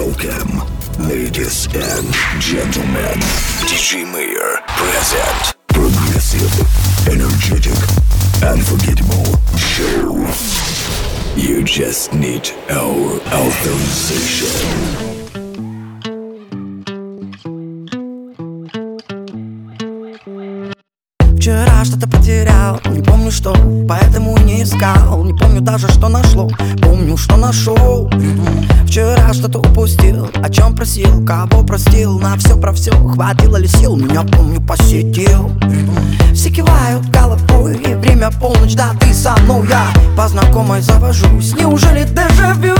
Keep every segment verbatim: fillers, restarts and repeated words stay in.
Welcome, ladies and gentlemen. ди джей Mayor present progressive, energetic, unforgettable show. You just need our authorization. Вчера что-то потерял, не помню что, поэтому не искал. Не помню даже, что нашло, помню, что нашел. Вчера что-то упустил, о чем просил, кого простил. На все про все, хватило ли сил, меня, помню, посетил. Все кивают головой, время полночь, да ты со мной. Я по знакомой завожусь, неужели дежавю?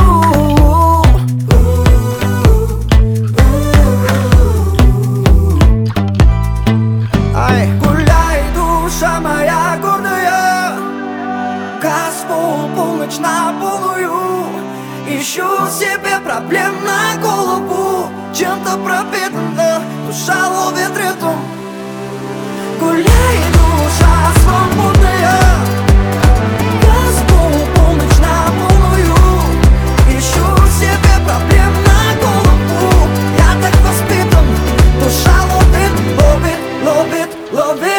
Ай, гуляй, душа моя гордая, Газпол, полночь на полную. Ищу себе проблем на голову, чем-то пропитана, душа ловит ритм. Гуляй, душа свободная, Газпол, полночь на полную. Ищу себе проблем на голову, я так воспитан, душа ловит, ловит, ловит, ловит.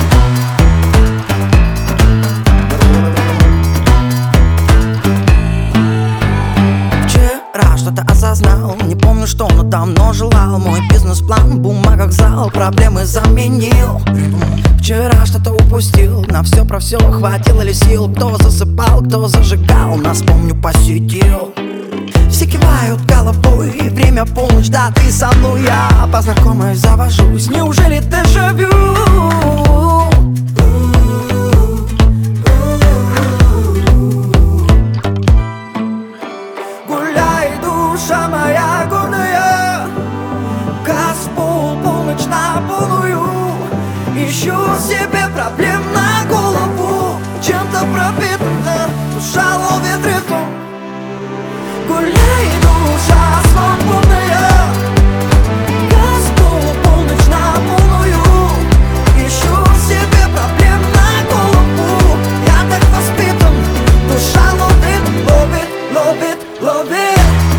Вчера что-то осознал, не помню что, но давно желал. Мой бизнес-план в бумагах зал, проблемы заменил. Вчера что-то упустил, на все про все, хватило ли сил. Кто засыпал, кто зажигал, нас, помню, посетил. Все кивают головой, время полночь, да ты со мной. Я по знакомой завожусь, неужели дежавю? Гуляй, душа моя гордая, Газпол, полночь на полную. Ищу себе проблем на голову, чем-то пропитана, душа ловит ритм. Гуляй, душа свободная, Газпол, полночь на полную. Ищу себе проблем на голову, я так воспитан, душа ловит, ловит, ловит, ловит.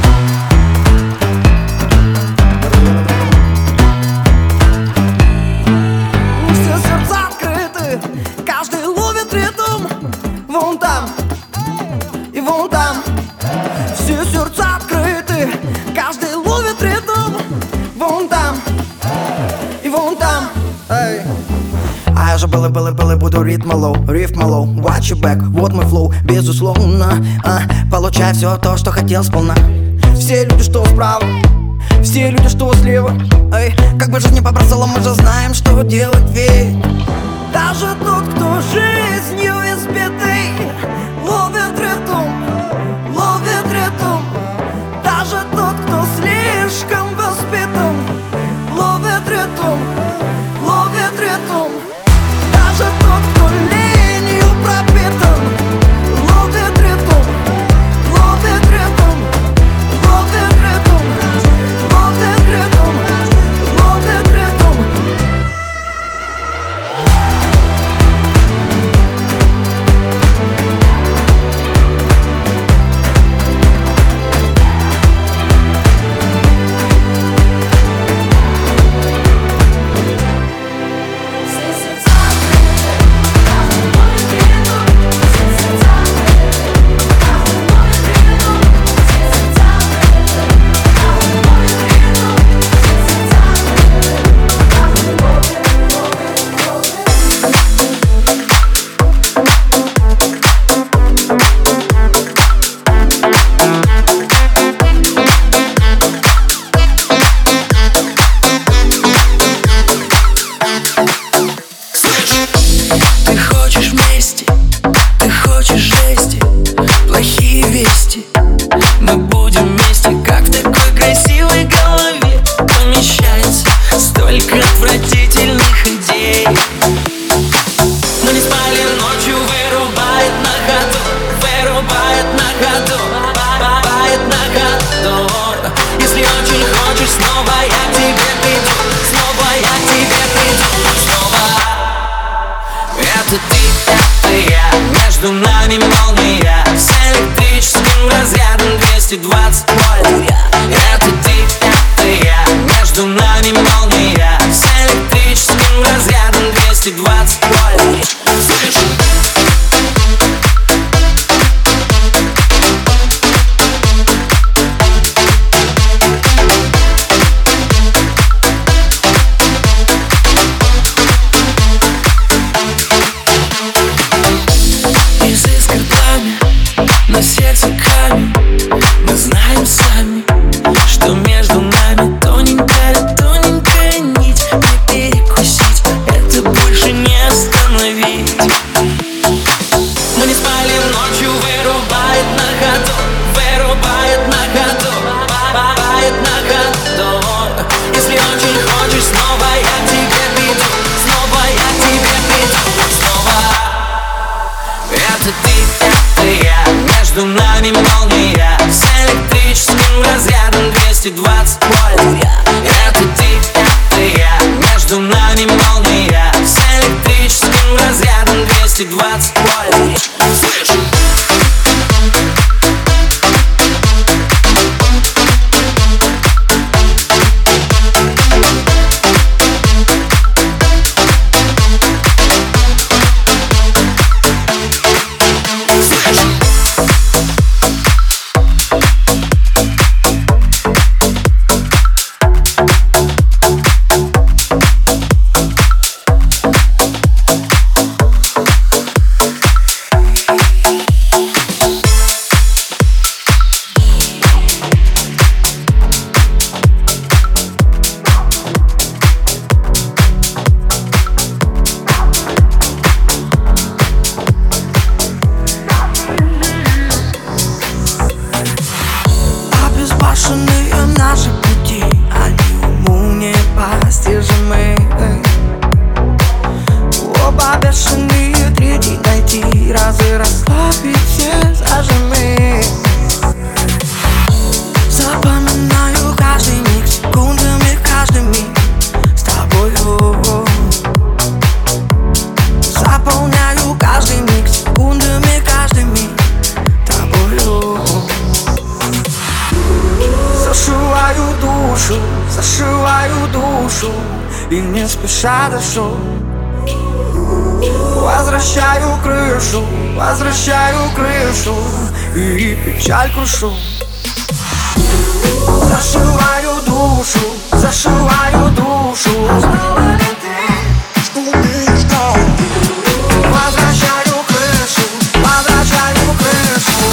Все сердца открыты, каждый ловит ритм. Вон там и вон там. Все сердца открыты, каждый ловит ритм. Вон там и вон там. Эй. А я же был и был и был и буду ритм лоу, рифм лоу, watch your back, вот мой флоу, безусловно. а, Получай все то, что хотел сполна. Все люди, что справа, все люди, что слева. Эй, как бы жизнь не побросала, мы же знаем, что делать, ведь даже тот, кто жизнью избитый, ловит ритм, ловит ритм. Даже тот, кто слишком воспитан, ловит ритм, ловит ритм. Даже тот, кто ленью пропитан, ловит ритм, ловит ритм, ловит ритм, ловит ритм, ловит ритм. Это ты, это я, между нами молния. С электрическим разрядом двести двадцать вольт. Слышь? На сердце камень. Мы знаем сами, что между нами тоненькая, тоненькая нить. Не перекусить, это больше не остановить. Мы не спали ночью, вырубает на ходу, вырубает на ходу, вырубает на ходу. Если очень хочешь, снова я к тебе приду, снова я к тебе приду, снова. Это ты, это я, между нами молния. С электрическим разрядом двести двадцать вольт. Это ты, это я, между нами молния. С электрическим разрядом двести двадцать вольт. Слышь? Обезбашенные наши пути, они уму непостижимы. Оба бешеные, третий найти, разы расслабить все зажимы. Запоминаю каждый миг, секундами каждый миг с тобою. Заполняю каждый миг, секундами каждый миг тобою. Зашиваю душу, зашиваю душу и не спеша дышу. Возвращаю крышу, возвращаю крышу и печаль крушу. Зашиваю душу, зашиваю душу. Возвращаю крышу, возвращаю крышу.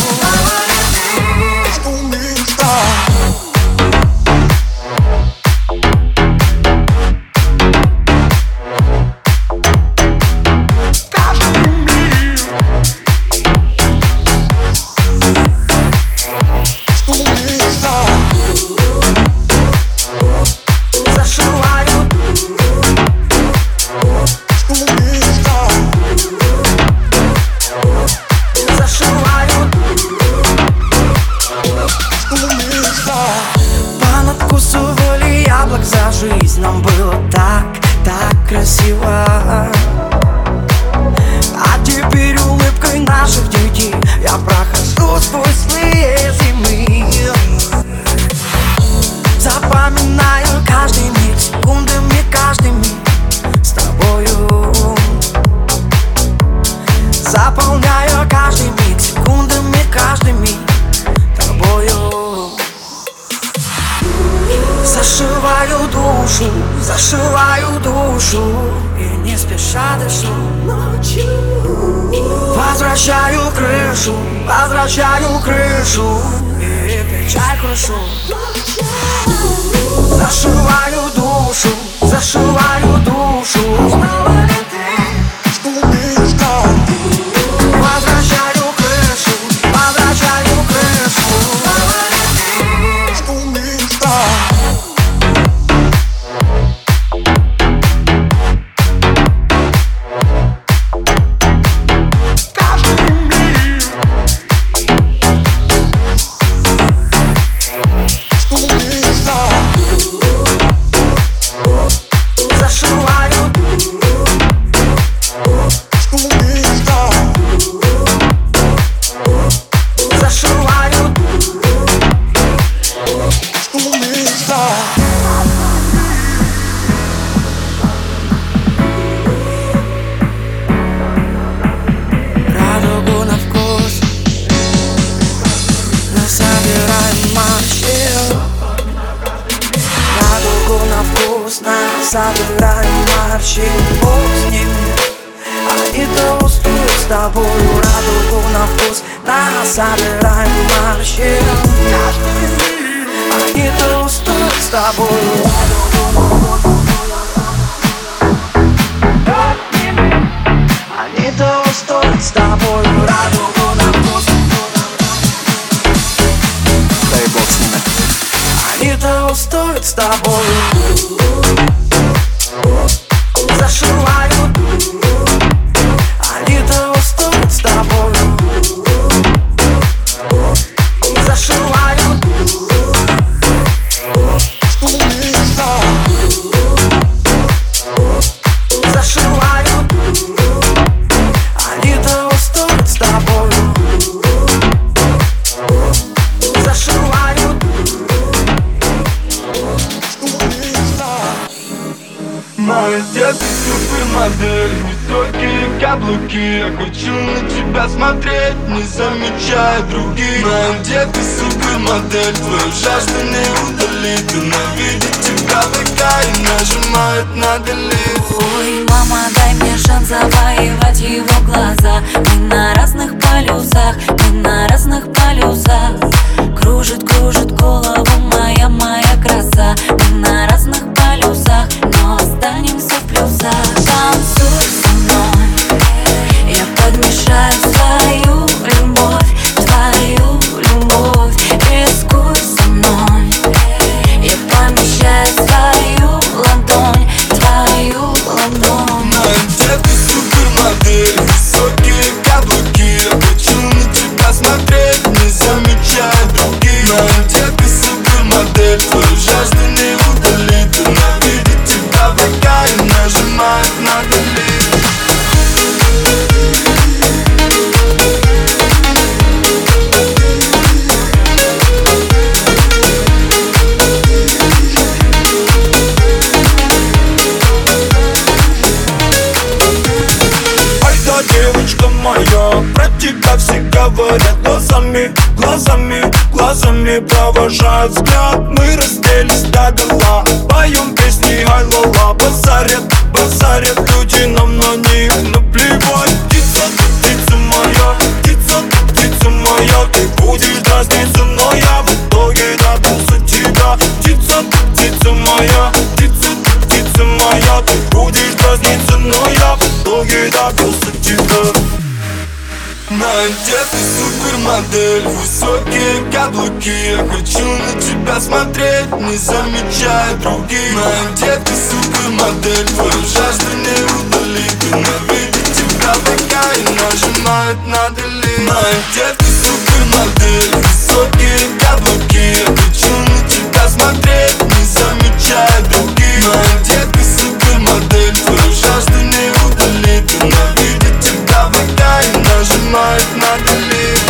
Понадкусывали яблок за жизнь, нам было так, так красиво. А теперь улыбкой наших детей я прохожу сквозь злые зимы. Запоминаю каждый миг, секундами каждый миг с тобою. Заполняю каждый миг, секундами каждый миг тобою. Зашиваю душу, зашиваю душу и не спеша дышу ночью. Возвращаю крышу, возвращаю крышу и печаль крушу. Зашиваю душу, зашиваю душу. Возвращаю крышу, возвращаю крышу. Собираем морщин, бог с ними. Они толстуют с тобою радугу на вкус. Насобираем морщин. Они толстуют с тобою радугу на вкус. Они толстуют с тобою радугу на вкус. Да и бог с ними. Они толстуют с тобою, зашивают. Они толстуют с тобою, зашивают. Зашивают. Они толстуют с тобою, зашивают. Молодец, ты супермодель, высокие каблуки. Я хочу на тебя смотреть, не замечая других. Молодец, ты супермодель, твою жажду не удалить. Ты навидит тебя ВК и нажимает на delete. Ой, мама, дай мне шанс завоевать его глаза. Мы на разных полюсах, мы на разных полюсах. Кружит, кружит голову моя, моя краса. Мы на разных полюсах, но останемся в плюсах. Танцуй со мной, я подмешаю свою любовь, твою любовь. Рискуй со мной, я помещаю свою ладонь, твою ладонь. Молодец, ты супермодель, высокие каблуки. Я хочу на тебя смотреть, не замечая других. Молодец, ты супермодель, твою жажду не удалить. Ты навидит тебя ВК и нажимает на delete. Ай да, девочка моя, про тебя все говорят глазами, глазами, глазами провожают взгляд. Мы разделись догола, поем песни ай-ла-ла. Базарят, базарят люди нам на них наплевать. Птица, птица моя, птица, птица моя. Ты будешь дразниться, но я в итоге добился тебя. Птица, птица моя, птица, птица моя. Ты будешь дразниться, но я в итоге добился тебя. Молодец, ты супермодель, высокие каблуки. Я хочу на тебя смотреть, не замечая других. Молодец, ты супермодель, твою жажду не удалить. Ты навидит тебя ВК и нажимает на delete. Молодец, ты супермодель, высокие каблуки. Я хочу на тебя смотреть, не замечая других. Молодец, ты супермодель, твою жажду не удалить. Ты навидит тебя ВК и нажимает на delete.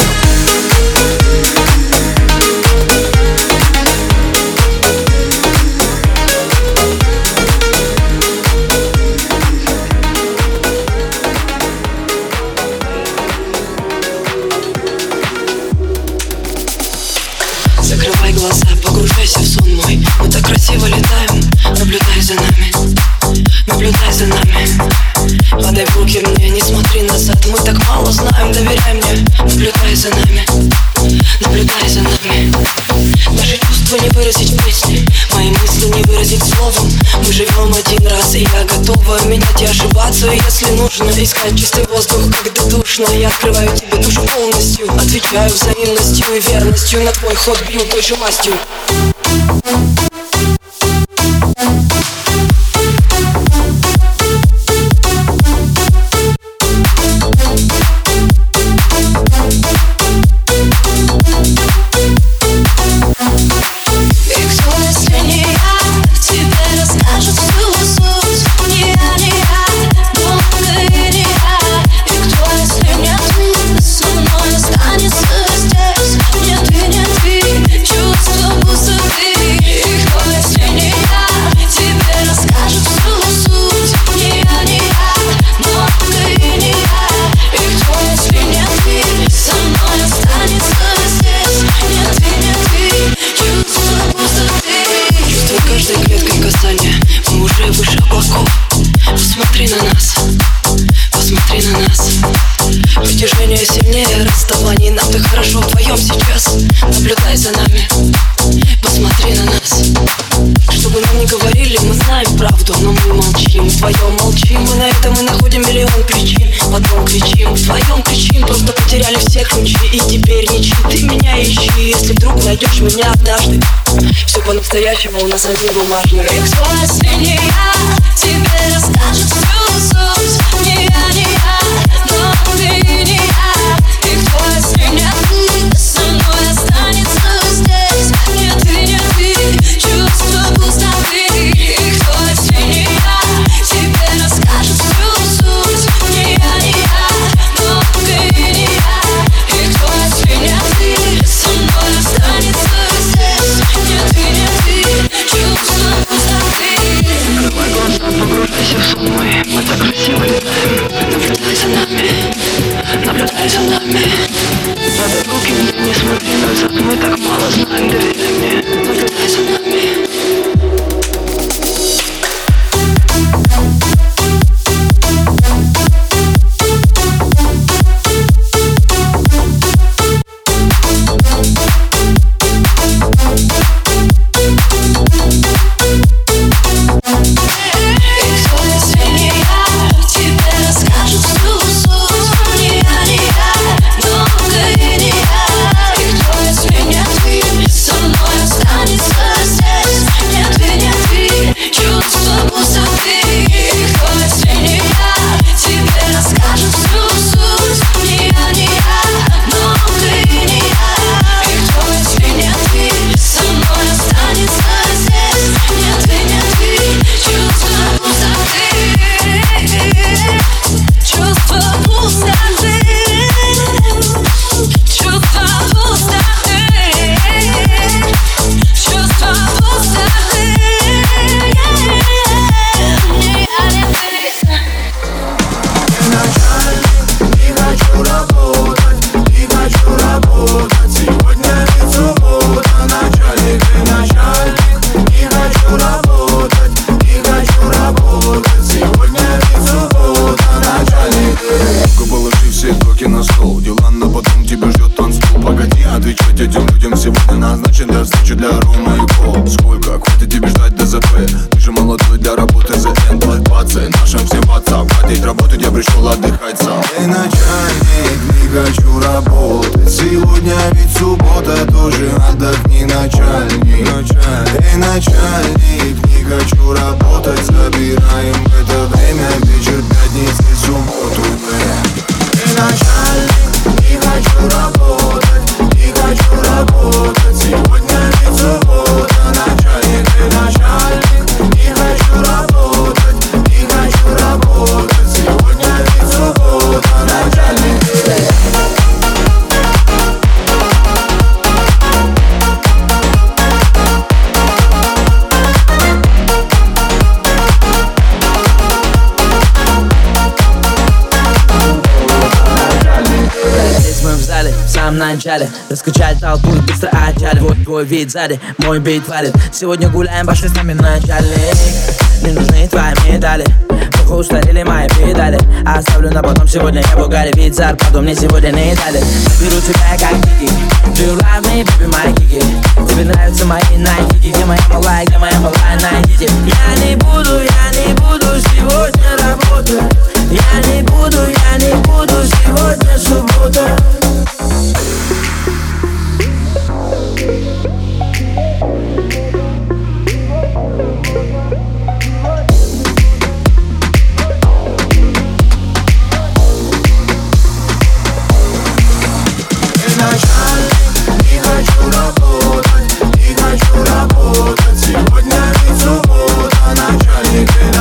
Закрывай глаза, погружайся в сон мой. Мы так красиво летаем, наблюдай за нами, наблюдай за нами. Подай в руки мне, не смотри назад. Мы так мало знаем, доверяй мне. Наблюдай за нами, наблюдай за нами. Наши чувства не выразить в песне, мои мысли не выразить словом. Мы живем один раз, и я готова менять и ошибаться. Если нужно искать чистый воздух, когда душно, я открываю тебе душу полностью. Отвечаю взаимностью и верностью, на твой ход бью той же мастью. Чувства пустоты, их правду, но мы молчим, вдвоем молчим. Мы на это мы находим миллион причин. Потом кричим, вдвоем кричим. Просто потеряли все ключи и теперь ничьи. Ты меня ищи, если вдруг найдешь меня однажды. Все по-настоящему у нас одни бумажные. И кто свинья тебе расскажет всю суть. Не я, не я, но ты не я. И кто свинья со мной останется здесь. Нет, ты, не ты, чувство пустоты. И кто свинья тебе расскажет всю суть. Не я, не я, но ты не я. И кто свинья ты со мной останется здесь. Нет, ты, не ты, чувство пустоты. Открывай глаза, погружайся в сон мой. Мы так красиво летаем. Наблюдай за нами, наблюдай за нами. Надо руки мне, не смотри назад. Мы так мало знаем, доверяй мне. Наблюдай за нами. Начале раскачать толпу и быстро отчали. Твой, твой вид сзади, мой бит валит. Сегодня гуляем, пошли с нами начальник. Не нужны твои медали, плохо устарели мои педали. Оставлю на потом, сегодня я в угаре. Ведь зарплату мне сегодня не дали. Беру тебя как кики, do you love me, baby, my кики. Тебе нравятся мои найдики. Где моя малая, где моя малая, найдите. Я не буду, я не буду сегодня работать. Я не буду, я не буду, сегодня суббота. Не хочу работать, не хочу работать. Сегодня ведь суббота, начальник.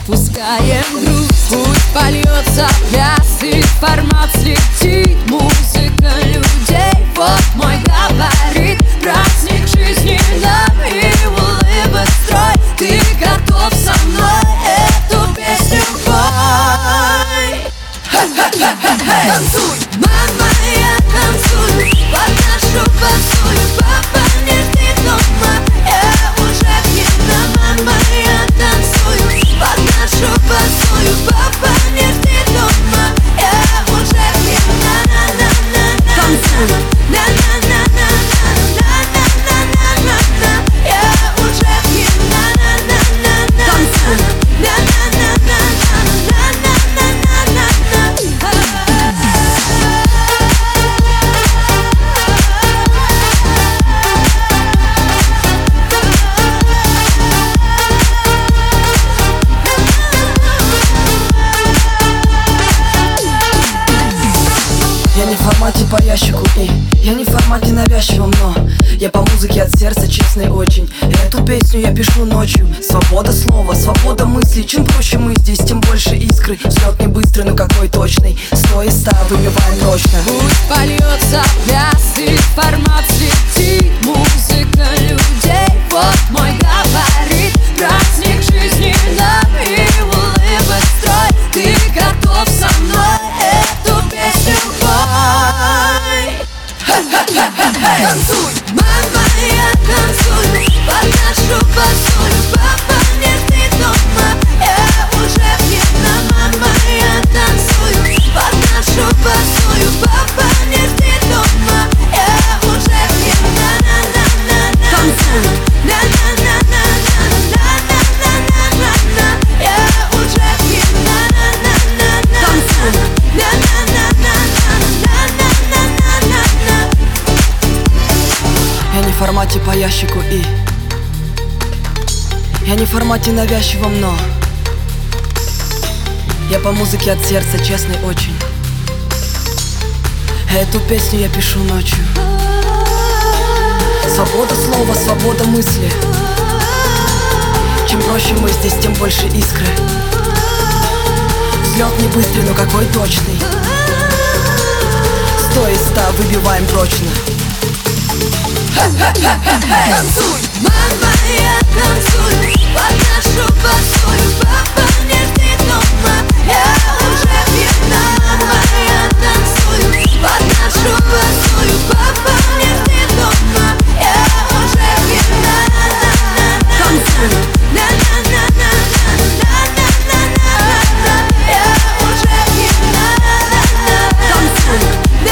отпускаем грусть. Пусть польется пляс, информат слетит, музыка людей. Вот мой габарит, праздник жизни нам и улыбок строй. Ты готов со мной эту песню пой? Танцуй, мама, я танцую под нашу басую. Папа не ждет дома, я уже пьяна. Мама, я танцую под нашу басую. Папа не ждет дома, я уже пьяна. Танцуй, на-на-на-на-на-на-на-на-на-на. Я уже пьяна. Танцуй, я не в формате по ящику и я не в формате навязчивом, но я по музыке от сердца честный очень. Эту песню я пишу ночью. Свобода слова, свобода мысли. Чем проще мы здесь, тем больше искры. Взлет не быстрый, но какой точный. Сто из ста выбиваем точно. пусть польется пляс, информат слетит, музыка людей. Вот мой габарит, праздник жизни нам и улыбок строй. Ты готов со мной эту песню пой? Танцуй, мама, я танцую под нашу басую. Папа не ждет дома, я уже пьяна. Мама, я танцую под нашу басую. Папа не ждет дома, я уже пьяна. Танцуй, на-на-на-на-на-на-на-на-на-на. Я уже пьяна. Танцуй, на-на-на-на-на-на-на-на-на. Я не в формате по ящику и я не в формате навязчивом, но я по музыке от сердца честный очень. Эту песню я пишу ночью. Свобода слова, свобода мысли. Чем проще мы здесь, тем больше искры. Взлет не быстрый, но какой точный. Сто из ста выбиваем прочно. Танцуй, мама, я танцую под нашу басую. Папа не ждет дома, я уже пьяна. Мама, я танцую под нашу басую. Папа не ждет дома, я уже пьяна. Танцуй, на-на-на-на-на-на-на-на-на. Я уже пьяна. Танцуй,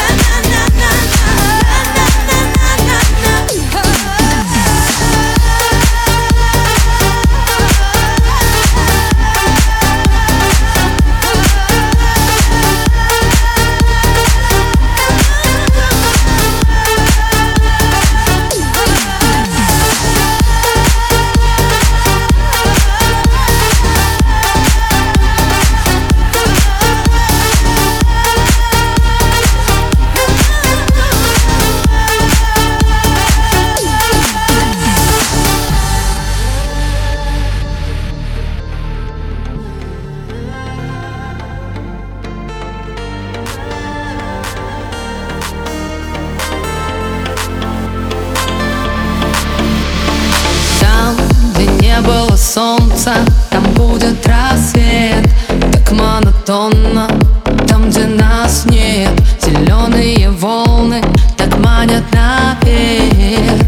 солнца, там будет рассвет. Так монотонно, там, где нас нет. Зеленые волны так манят наверх.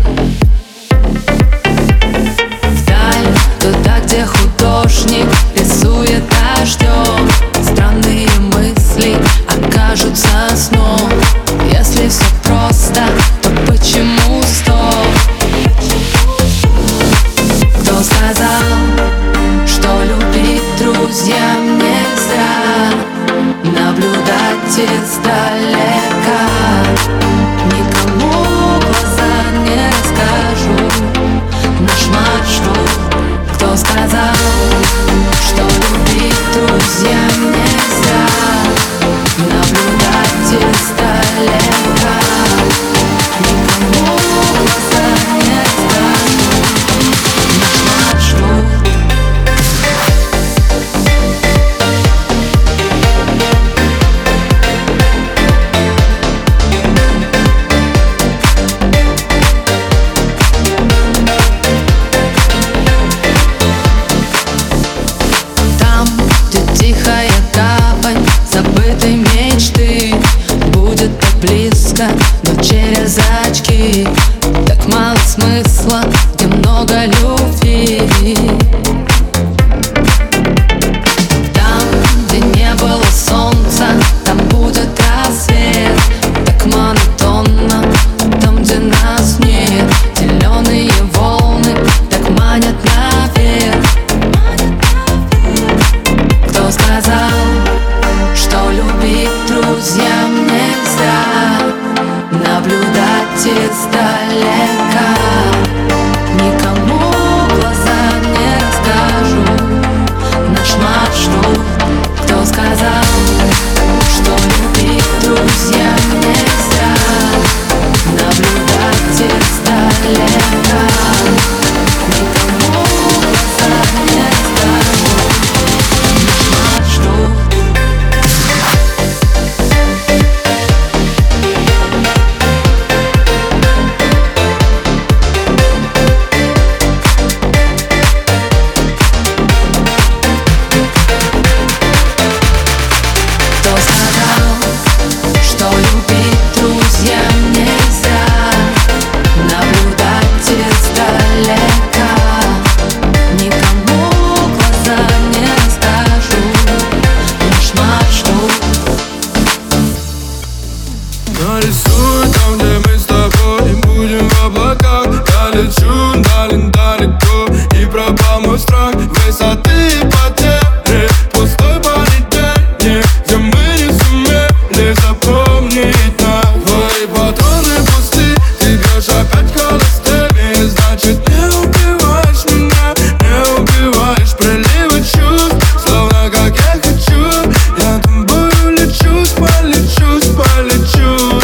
Вдаль, туда, где художник рисует дождем. Странные мысли окажутся сном. Если все просто, то почему стоп? Кто сказал, что любить друзьям нельзя? Наблюдать издалека. Никому глаза не расскажу наш маршрут. Кто сказал, что любить друзьям нельзя? Наблюдать издалека. Никому глаза не расскажу наш маршрут. издалека. Никому глаза не расскажу наш маршрут. Кто сказал, что любить друзьям нельзя? Наблюдать издалека. Никому глаза не расскажу наш маршрут. Нарисуй там, где мы с тобой и будем в облаках. Я лечу далеко и пропал мой страх высоты и потери, пустой понедельник, где мы не сумели запомнить нас. Твои патроны пусты, ты бьешь опять холостыми. Значит, не убиваешь меня, не убиваешь приливы чувств. Словно как я хочу, я тобою лечусь, полечусь, полечусь.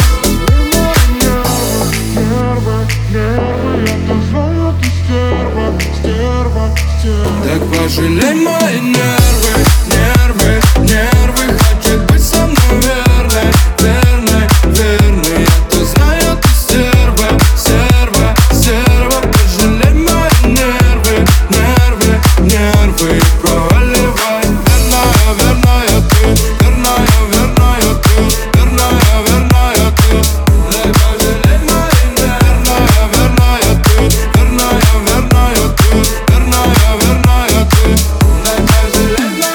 Так пожалей мои нервы, нервы, нервы. Хочет быть со мной верной, верной, верной. Я-то знаю, ты стерва, стерва, стерва. Пожалей мои нервы, нервы, нервы. Проваливай, верная, верная ты, верная, верная ты, верная, верная ты. Так пожалей мои нервы, верная ты, верная, верная ты, верная, верная ты. Так пожалей мои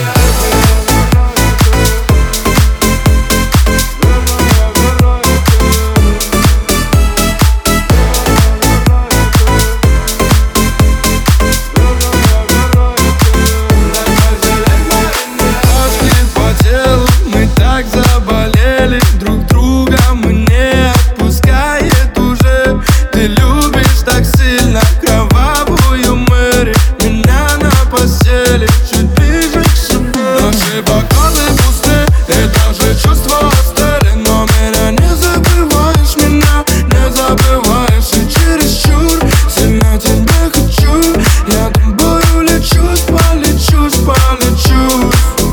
Носки по телу, мы так заболели друг друга, мы не отпускает уже. Ты любишь так сильно кровавую Мэри, меня на постели чуть ближе к себе. Наши бокалы пусты, и даже чувства остыли. Но меня не забываешь, меня не забываешь. И чересчур сильно тебя хочу, я тобою лечусь, полечусь, полечусь.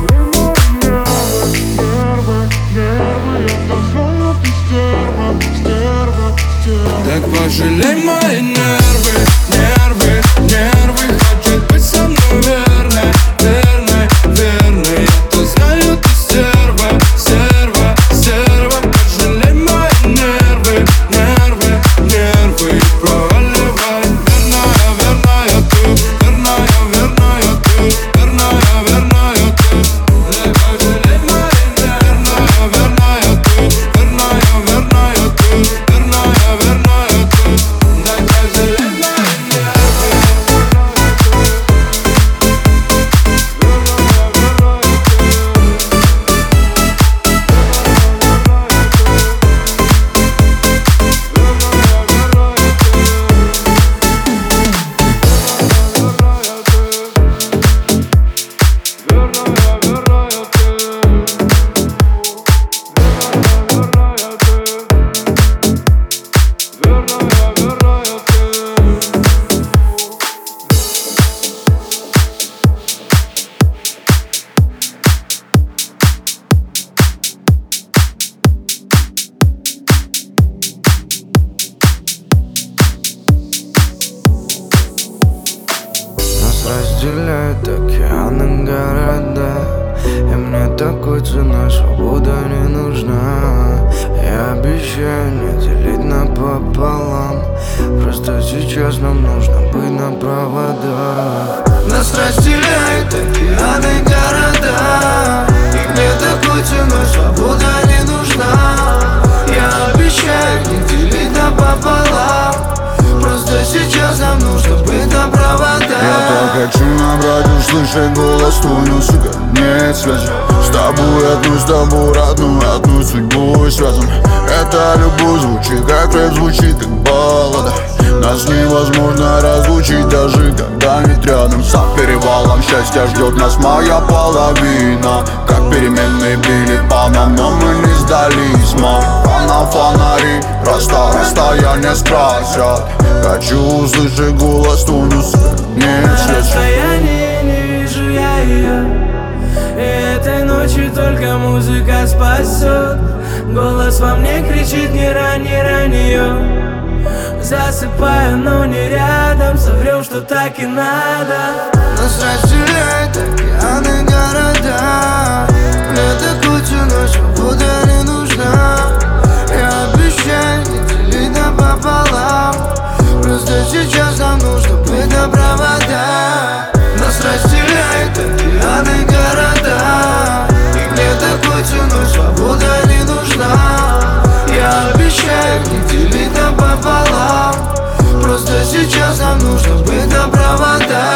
Так пожалей мои нервы, нервы, нервы. Хочет быть со мной верной, верной, верной. Я-то знаю, ты стерва, стерва, стерва. Пожалей мои нервы, нервы, нервы. Проваливай, верная, верная ты, верная, верная ты, верная, верная ты. Так пожалей мои нервы, верная ты, верная, верная ты, верная, верная ты. Так пожалей мои нервы. Нас разделяют океаны, города, и мне такой ценой свобода не нужна. Я обещаю не делить напополам, просто сейчас нам нужно быть на проводах. Нас разделяют океаны, города, и мне такой ценой свобода не нужна. Я обещаю не делить напополам, просто сейчас нам нужно быть на проводах. Я так хочу набрать, услышать голос твой, но, сука, нет связи. С тобой одну, с тобой родную, одну судьбу и связан. эта любовь звучит как рэп, звучит как баллада. Нас невозможно разлучить, даже когда нет рядом. За перевалом счастья ждет нас моя половина. Как переменные били по нам, но мы не сдались, мам. Рано фонари, раста, расстояние скрасят. Хочу услышать голос, тунус, нет на свет. расстоянии не вижу я ее, и этой ночью только музыка спасет. Голос во мне кричит: не рань, не рань ее. Засыпаю, но не рядом, соврем, что так и надо. Нас разделяет океаны, города. Мне такую ночь свобода не нужна. Я обещаю не делить напополам. Просто сейчас нам нужно быть на провода. Нас разделяет океаны, города. И мне такую ночь свобода не нужна. Я обещаю не делить напополам. Просто сейчас нам нужно быть на провода.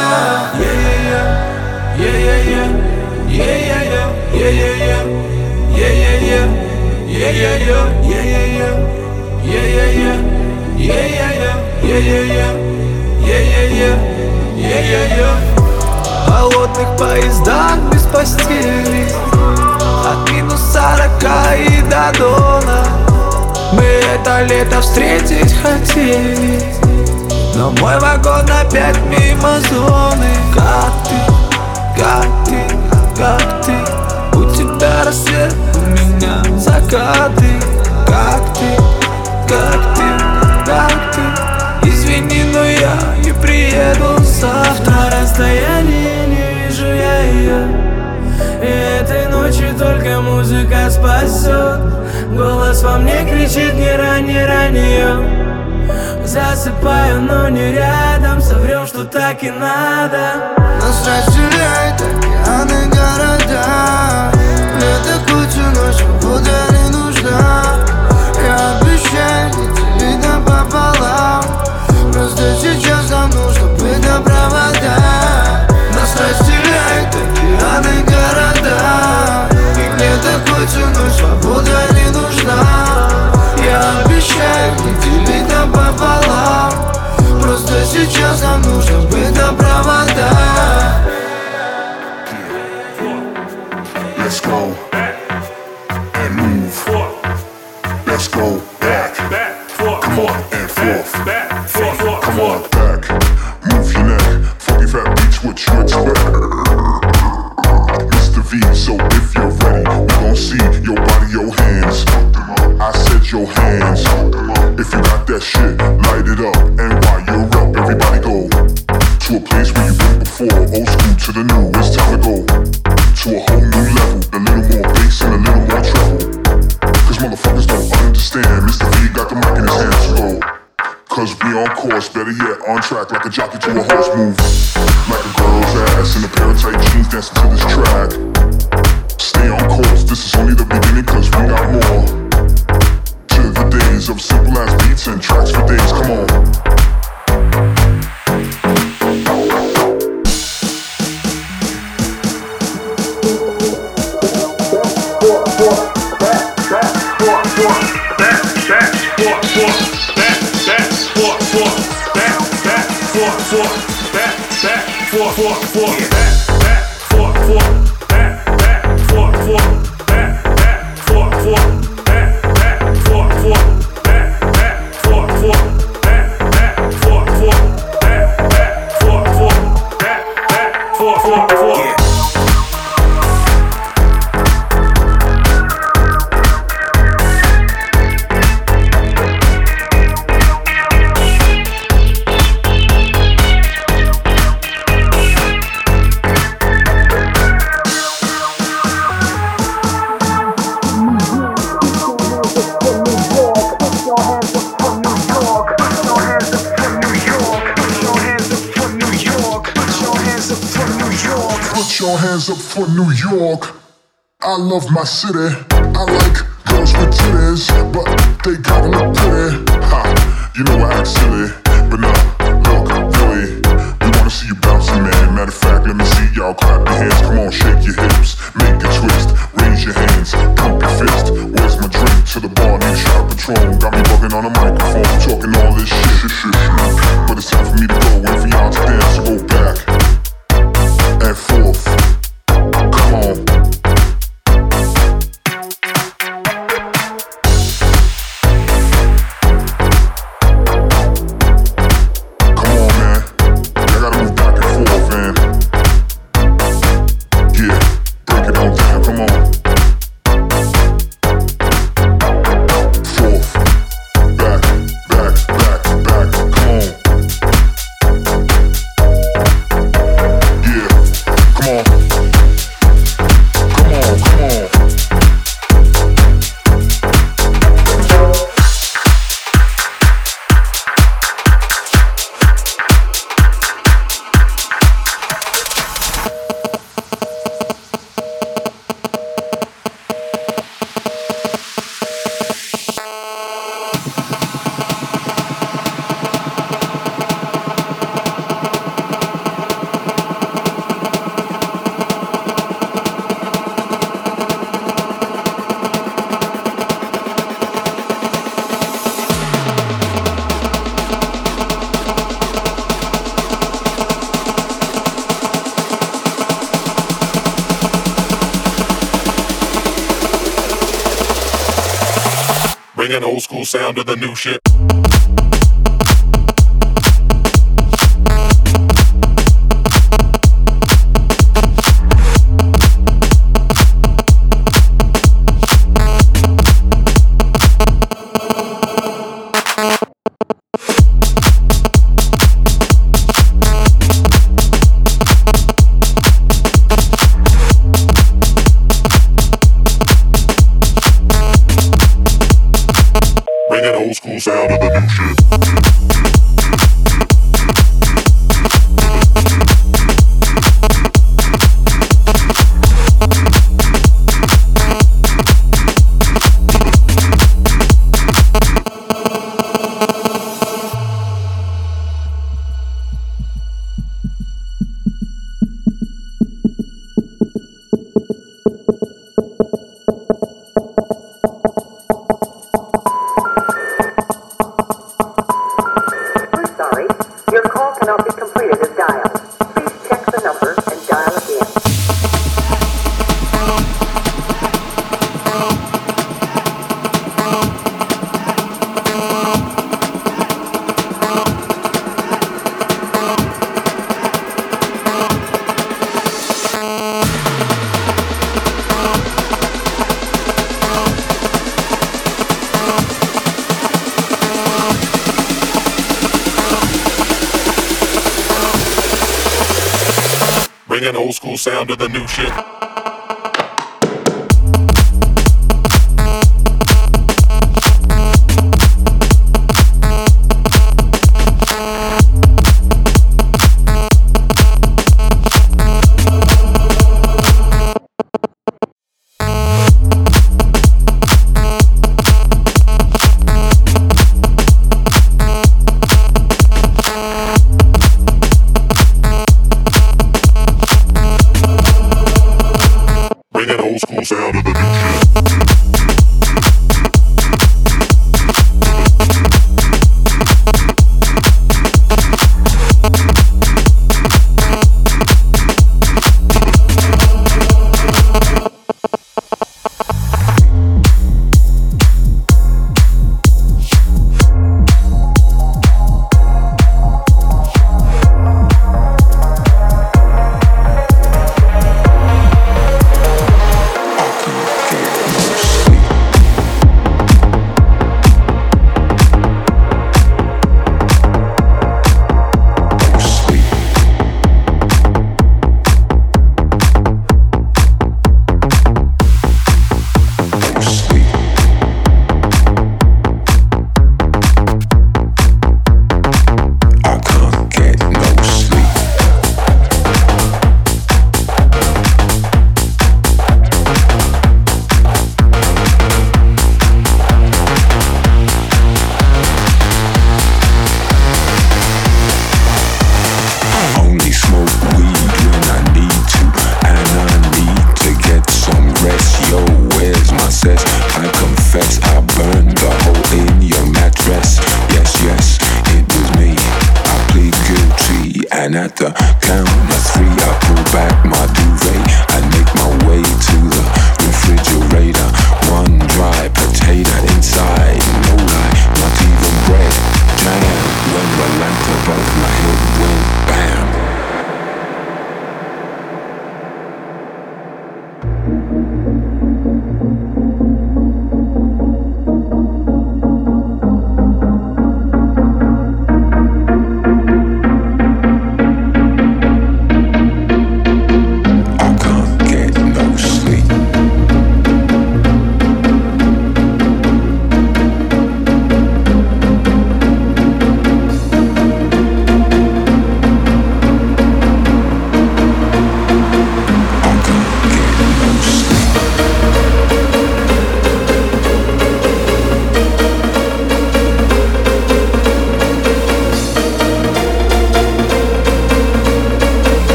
В холодных поездах без постели, от минус сорока и до дона. Мы это лето встретить хотели, но мой вагон опять мимо зоны. Как ты, как ты, как ты? У тебя рассвет, у меня закаты. Как ты, как ты, как ты? Извини, но я не приеду завтра. На расстоянии не вижу я ее, и этой ночью только музыка спасет. Голос во мне кричит: не рань, не рань ее. Засыпаю, но не рядом, соврем, что так и надо. Нас разделяет океаны, города. Мне такую ночь свобода не нужна. Я обещаю не делить напополам. Просто сейчас нам нужно быть на провода. Нас разделяет океаны, города. И мне такую ночь свобода не нужна. Я обещаю не делить напополам. Просто сейчас нам нужно быть на провода. Let's go and move. Let's go back. Come on and forth. Come on back. Move your neck. Funky fat beats, what you expect? Mister V, so if you're ready, we gon' see your body, your hands. I said your hands. If you got that shit, light it up. And while you're up, everybody go to a place where you've been before. Old school to the new, it's time to go to a whole new level. A little more bass and a little more treble. Cause motherfuckers don't understand. Mister V got the mic in his hands, so go. Cause we on course, better yet, on track like a jockey to a horse. Move like a girl's ass in a pair of tight jeans dancing to this track. Stay on course, this is only the beginning cause we got more. To the days of simple ass beats and tracks for days, come on. Up for New York. I love my city. I like girls with titties, but they gotta look pretty. Ha, you know I act silly, but nah, look, really, we wanna see you bouncing, man. Matter of fact, let me see y'all clap your hands. Come on, shake your hips, make a twist, raise your hands, pump your fist. Where's my drink? to the bar, need a shot of Patron. Got me bugging on the microphone, talking all this shit, shit, shit, shit. But it's time for me to go, wait for y'all to dance, so go back and forth. Come on. Bringing old school sound to the new shit. Old school sound of the new shit. Bringing old school sound to the new shit.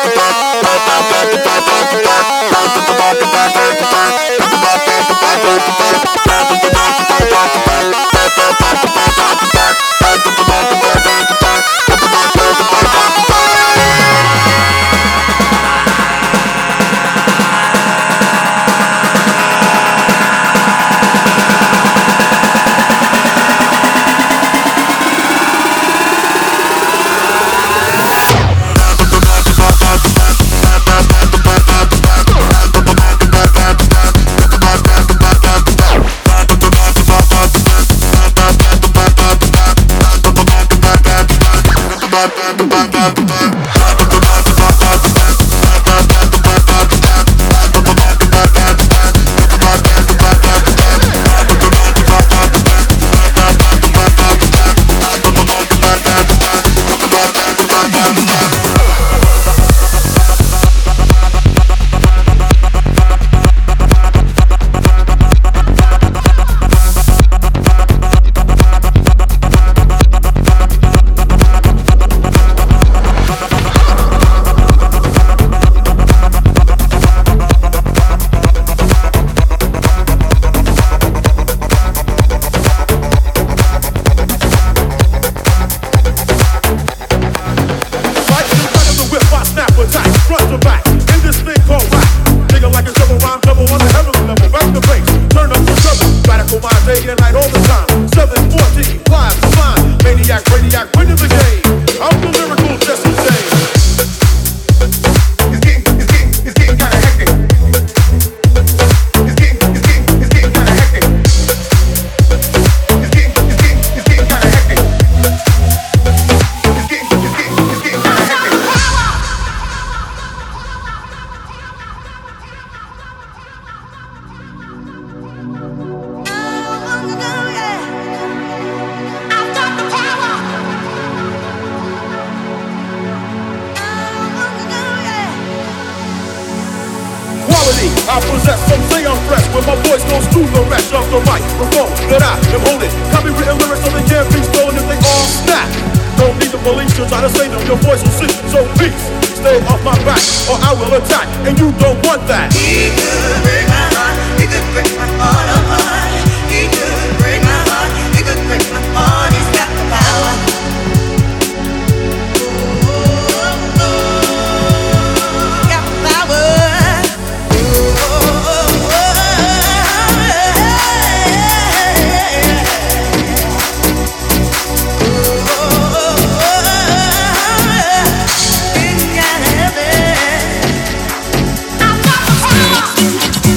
I possess, some say I'm fresh when my voice goes through the rest of the microphone that I am holding. Copywritten lyrics so they can't be stolen if they all snap. Don't need the police to try to save them, your voice will sing. So peace, stay off my back or I will attack, and you don't want that. He could break my heart, he could break my heart, oh heart. He could break my heart, he could break my heart. He's got the power. We'll be right back.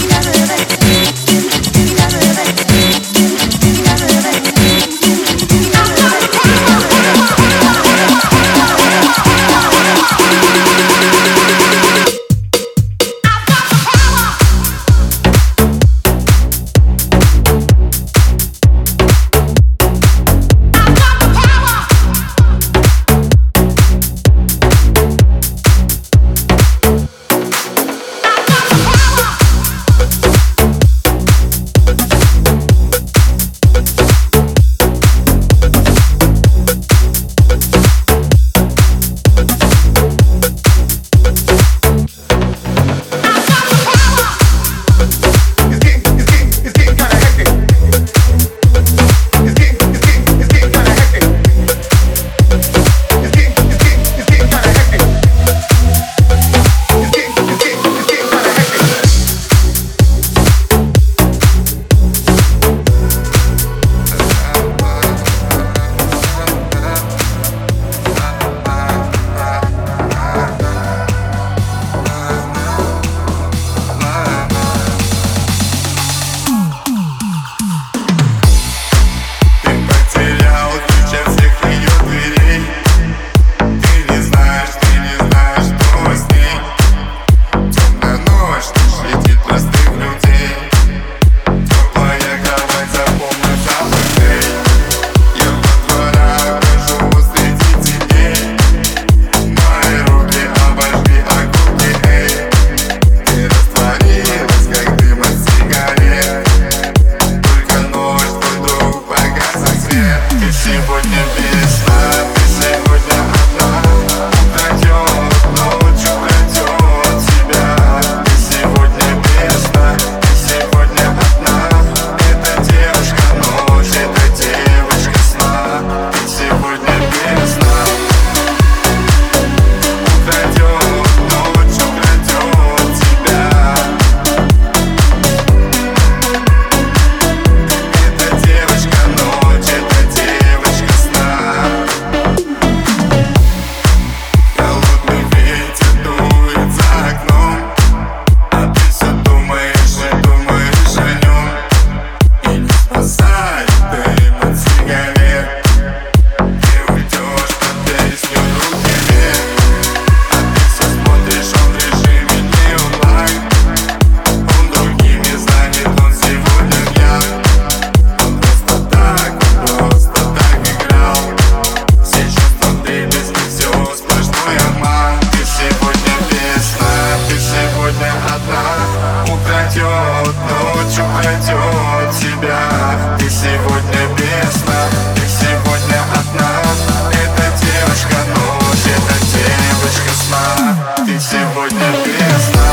украдет тебя. Ты сегодня без сна, ты сегодня одна. Эта девушка ночь, эта девушка сна. Ты сегодня без сна.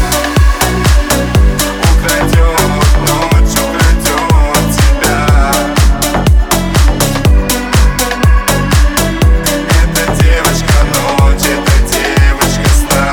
Украдет ночь, украдет тебя. Эта девушка ночь, эта девушка сна.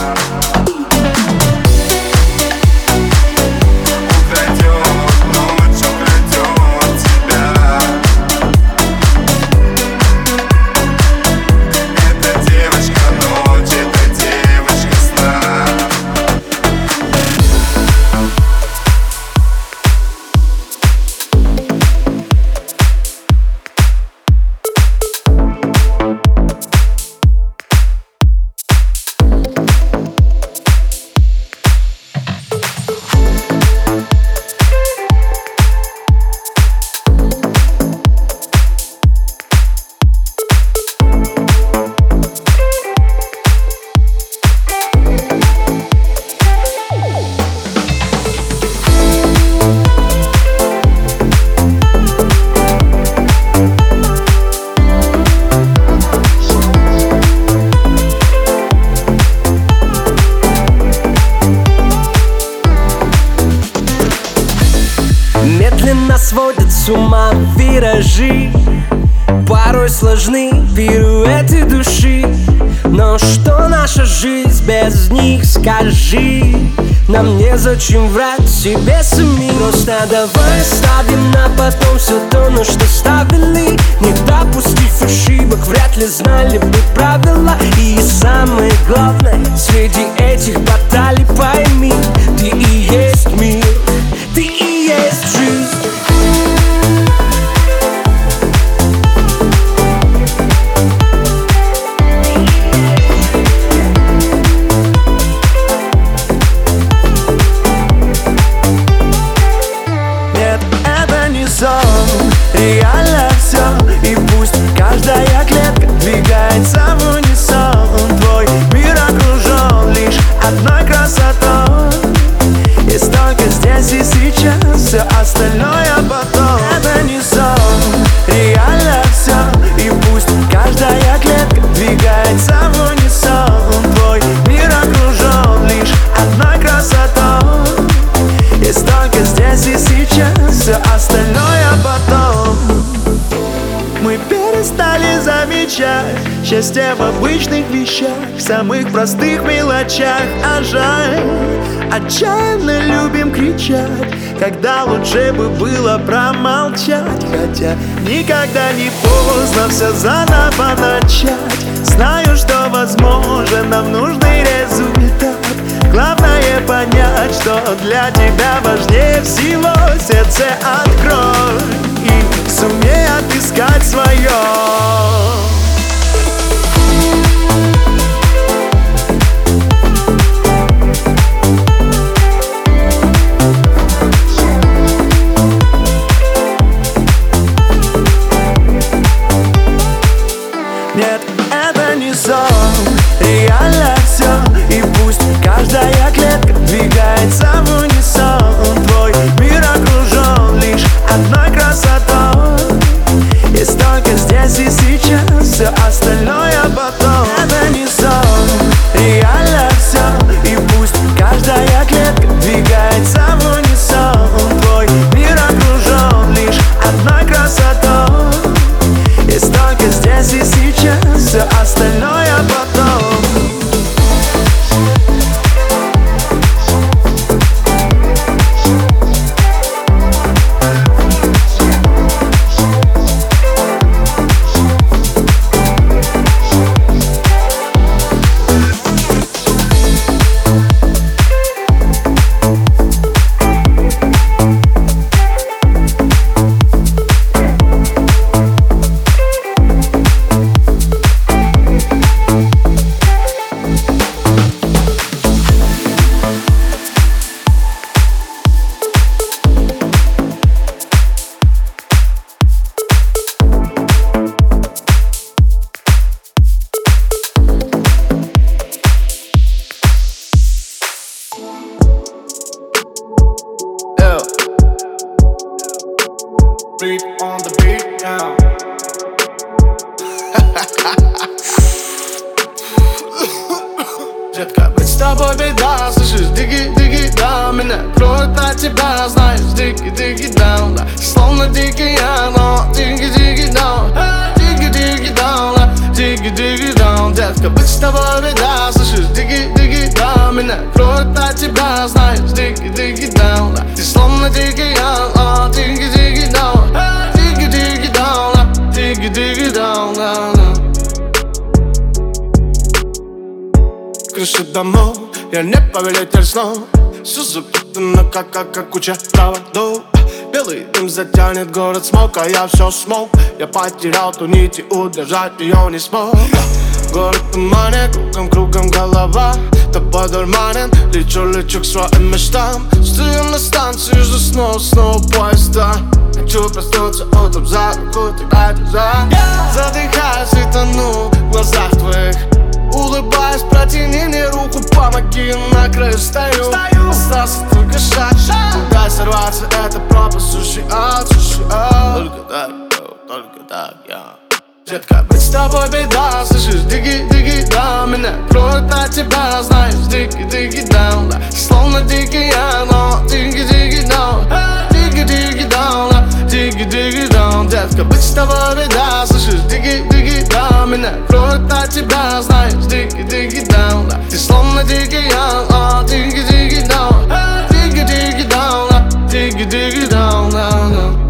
Медленно сводят с ума виражи, порой сложны пируэты души. Но что наша жизнь без них, скажи? Нам незачем врать себе самим. Просто давай оставим на потом все то, на что ставили. Не допустив ошибок, вряд ли знали бы правила. И самое главное, среди этих баталий пойми, ты и есть мир, ты и есть жизнь. Реально все, и пусть каждая клетка двигается в унисон. Твой мир окружен лишь одной красотой, и столько здесь и сейчас, все остальное потом. Это не сон, реально все, и пусть каждая клетка двигается в унисон. Твой мир окружен лишь одной красотой, и столько здесь и сейчас, все остальное потом. Мы перестали замечать счастье в обычных вещах, в самых простых мелочах. А жаль, отчаянно любим кричать, когда лучше бы было промолчать. Хотя никогда не поздно все заново начать. Знаю, что возможен нам нужный результат. Главное понять, что для тебя важнее всего. Сердце открой и сумей отыскать свое. Нет, это не сон, реально все, и пусть каждая клетка двигается в унисон. Твой мир окружен лишь одной красотой, и столько здесь и сейчас. Beat on the beat, yeah. Детка, быть с тобой беда, слышишь, диги, диги, да. Меня кроет от тебя, знаешь, диги, диги, да, да. Словно дикий ангел, диги, диги, да. Диги, диги, да, диги, диги, да. Детка, быть с тобой беда, слышишь, диги, диги, да. Меня кроет от тебя, знаешь, диги, диги, да, да. Ты словно дикий ангел, диги, диги, да. Диги, диги, да, диги, диги, да, да. Крыши домов, я не повелитель снов. Все запутано, как, как, как куча проводов. Белый дым затянет город смог, а я все смог. Я потерял ту нить и удержать ее не смог. Город в тумане, кругом, кругом голова. Тобой дурманен, лечу, лечу к своим мечтам. Стою на станции, жду снова, снова поезда. Хочу проснуться утром за руку, тебя держать. Задыхаюсь и тону в глазах твоих. Улыбаясь, протяни мне руку, помоги, на краю стою. Остался только шаг, куда сорваться, это пропасть, суши ад, суши ад. Только так, только так, я. Детка, быть с тобой беда, слышишь, диги, диги, да. Меня кроет от тебя, знаешь, диги, диги, да, да. Словно дикий ангел, диги, диги, да. Диги, диги, да, диги, диги, да. Детка, быть с тобой беда, слышишь, диги, диги, да. Меня кроет от тебя, знаешь, диги, диги, да, да. Ты словно дикий ангел, диги, диги, да. Диги, диги, да, диги, диги, да, да, да.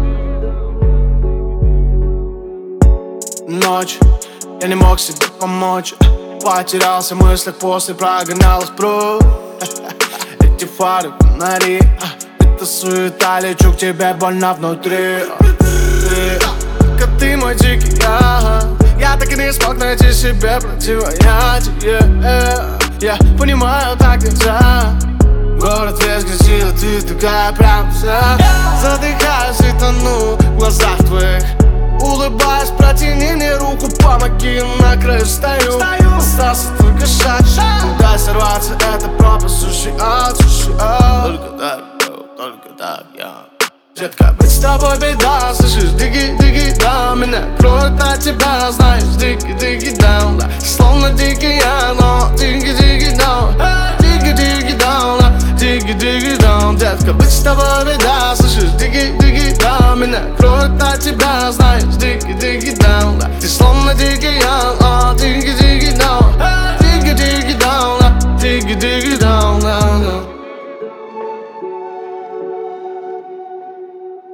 Ночь, я не мог себе помочь. Потерялся в мыслях, после прогонял их прочь. Эти фары, фонари, это суета, лечу к тебе, больно внутри. Ты, только ты мой дикий я. Я так и не смог найти себе противоядие. Я понимаю, так нельзя. Город весь грязил, ты такая прям вся. Задыхаюсь и тону в глазах твоих. Улыбаясь, протяни мне руку, помоги, на краю стою. Остался только шаг, куда сорваться, это пропасть, суши ад, суши ад. Только так, только так, я. Детка, быть с тобой беда, слышишь, диги, диги, да. Меня кроет от тебя, знаешь, диги, диги, да, да. Словно дикий ангел, диги, диги, да. Диги, диги, да, диги, диги, да. Детка, быть с тобой беда, слышишь, диги, диги, да. Меня кроет от тебя, знаешь, диги, диги, да, да. Ты словно дикий ангел, диги, диги, да. Диги, диги, да, диги, диги, да, да.